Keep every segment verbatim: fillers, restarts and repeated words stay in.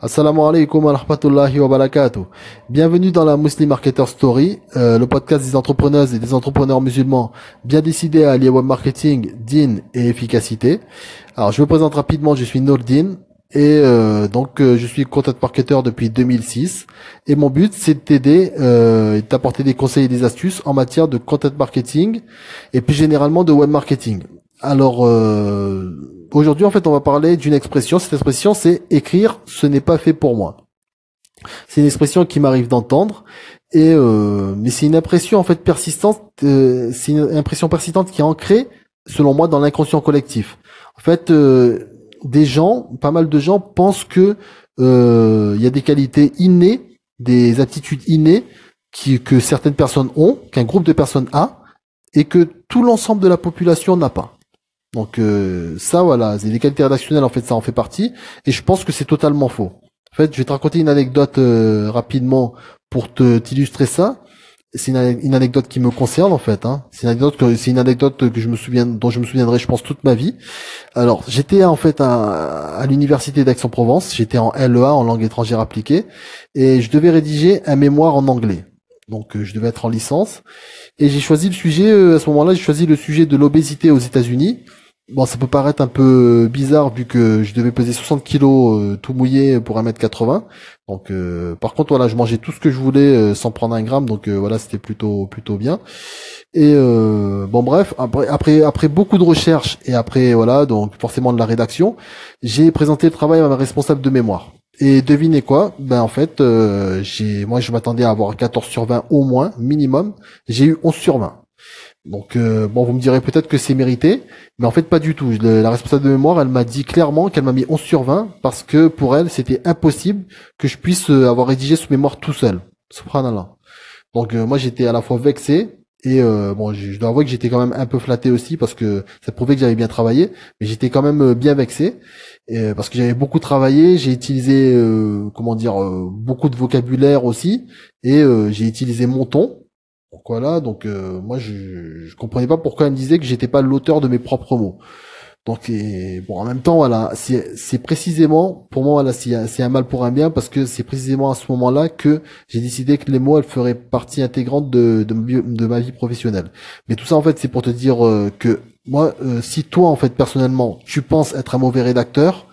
Assalamu alaikum wa rahmatullahi wa barakatuh. Bienvenue dans la Muslim Marketer Story, euh, le podcast des entrepreneuses et des entrepreneurs musulmans bien décidés à allier web marketing, din et efficacité. Alors, je me présente rapidement, je suis Nourdine et euh, donc euh, je suis content marketer depuis deux mille six et mon but c'est de t'aider euh, et de t'apporter des conseils et des astuces en matière de content marketing et plus généralement de web marketing. Alors euh, aujourd'hui en fait on va parler d'une expression. Cette expression c'est écrire ce n'est pas fait pour moi. C'est une expression qui m'arrive d'entendre et euh, mais c'est une impression en fait persistante. Euh, c'est une impression persistante qui est ancrée selon moi dans l'inconscient collectif. En fait euh, des gens, pas mal de gens pensent que euh, il y a des qualités innées, des attitudes innées qui, que certaines personnes ont, qu'un groupe de personnes a et que tout l'ensemble de la population n'a pas. Donc euh, ça voilà, c'est des qualités rédactionnelles en fait, ça en fait partie et je pense que c'est totalement faux. En fait, je vais te raconter une anecdote euh, rapidement pour te t'illustrer ça. C'est une, une anecdote qui me concerne en fait. Hein. C'est une anecdote que c'est une anecdote que je me souviens, dont je me souviendrai, je pense, toute ma vie. Alors, j'étais en fait à, à l'université d'Aix-en-Provence. J'étais en L E A, en langue étrangère appliquée, et je devais rédiger un mémoire en anglais. Donc, euh, je devais être en licence. Et j'ai choisi le sujet. Euh, à ce moment-là, j'ai choisi le sujet de l'obésité aux États-Unis. Bon, ça peut paraître un peu bizarre vu que je devais peser soixante kilos euh, tout mouillé pour un mètre quatre-vingts. Donc, euh, par contre, voilà, je mangeais tout ce que je voulais euh, sans prendre un gramme. Donc, euh, voilà, c'était plutôt plutôt bien. Et euh, bon, bref, après après après beaucoup de recherches et après voilà, donc forcément de la rédaction, j'ai présenté le travail à ma responsable de mémoire. Et devinez quoi? Ben en fait, euh, j'ai moi je m'attendais à avoir quatorze sur vingt au moins minimum. J'ai eu onze sur vingt. Donc euh, bon, vous me direz peut-être que c'est mérité, mais en fait pas du tout. Le- la responsable de mémoire, elle m'a dit clairement qu'elle m'a mis onze sur vingt parce que pour elle, c'était impossible que je puisse euh, avoir rédigé ce mémoire tout seul. Subhanallah. Donc euh, moi j'étais à la fois vexé et euh, bon, je, je dois avouer que j'étais quand même un peu flatté aussi parce que ça prouvait que j'avais bien travaillé, mais j'étais quand même euh, bien vexé et, euh, parce que j'avais beaucoup travaillé, j'ai utilisé euh, comment dire euh, beaucoup de vocabulaire aussi et euh, j'ai utilisé mon ton. Donc voilà, donc euh, moi je, je comprenais pas pourquoi elle me disait que j'étais pas l'auteur de mes propres mots. Donc et, bon, en même temps voilà, c'est c'est précisément pour moi voilà, c'est un, c'est un mal pour un bien parce que c'est précisément à ce moment-là que j'ai décidé que les mots elles feraient partie intégrante de de, ma vie- de ma vie professionnelle. Mais tout ça en fait c'est pour te dire euh, que moi euh, si toi en fait personnellement tu penses être un mauvais rédacteur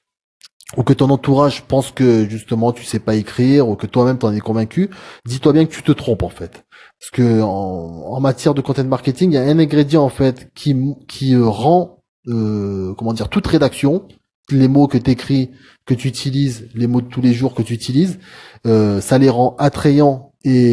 ou que ton entourage pense que justement tu sais pas écrire ou que toi-même t'en es convaincu, dis-toi bien que tu te trompes en fait. Parce que en, en matière de content marketing, il y a un ingrédient en fait qui qui euh, rend euh, comment dire toute rédaction, les mots que tu écris, que tu utilises, les mots de tous les jours que tu utilises, euh, ça les rend attrayants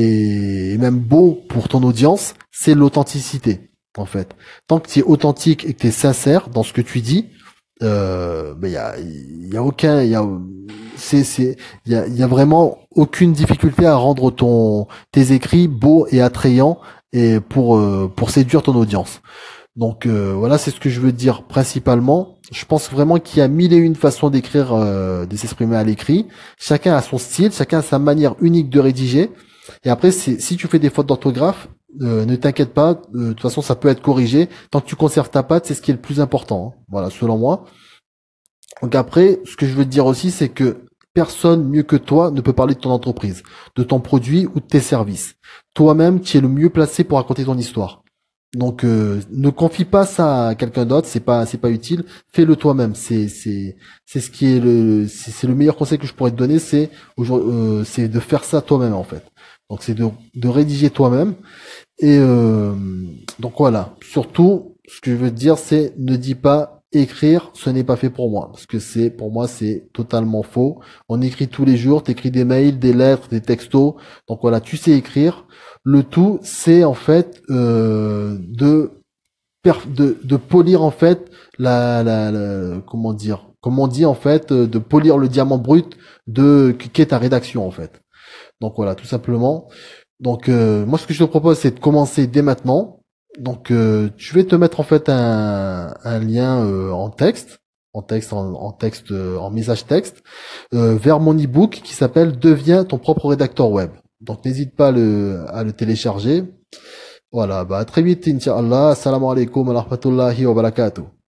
et même beaux pour ton audience, c'est l'authenticité en fait. Tant que tu es authentique et que tu es sincère dans ce que tu dis, euh, ben il y a, il y a aucun, il y a, c'est, c'est, il y a, il y a vraiment aucune difficulté à rendre ton, tes écrits beaux et attrayants et pour, euh, pour séduire ton audience. Donc euh, voilà, c'est ce que je veux dire principalement. Je pense vraiment qu'il y a mille et une façons d'écrire, euh, de s'exprimer à l'écrit. Chacun a son style, chacun a sa manière unique de rédiger. Et après, c'est, si tu fais des fautes d'orthographe, euh, ne t'inquiète pas. euh, de toute façon, ça peut être corrigé. Tant que tu conserves ta patte, c'est ce qui est le plus important. Hein. Voilà, selon moi. Donc après, ce que je veux te dire aussi, c'est que personne mieux que toi ne peut parler de ton entreprise, de ton produit ou de tes services. Toi-même, tu es le mieux placé pour raconter ton histoire. Donc euh, ne confie pas ça à quelqu'un d'autre, c'est pas c'est pas utile. Fais-le toi-même. C'est c'est c'est ce qui est le c'est c'est le meilleur conseil que je pourrais te donner, c'est aujourd'hui euh, c'est de faire ça toi-même en fait. Donc c'est de de rédiger toi-même et euh, donc voilà. Surtout, ce que je veux te dire, c'est ne dis pas écrire, ce n'est pas fait pour moi, parce que c'est pour moi c'est totalement faux. On écrit tous les jours, t'écris des mails, des lettres, des textos. Donc voilà, tu sais écrire. Le tout, c'est en fait euh, de, per- de de polir en fait la, la, la comment dire, comme on dit en fait, euh, de polir le diamant brut de qu'est ta rédaction en fait. Donc voilà, tout simplement. Donc euh, moi ce que je te propose c'est de commencer dès maintenant. Donc euh, je vais te mettre en fait un, un lien euh, en texte, en texte, en, en texte, euh, en message texte, euh, vers mon ebook qui s'appelle Deviens ton propre rédacteur web. Donc n'hésite pas à le, à le télécharger. Voilà, bah à très vite, Inch'Allah. Assalamu alaikum wa rahmatullahi wa barakatuh.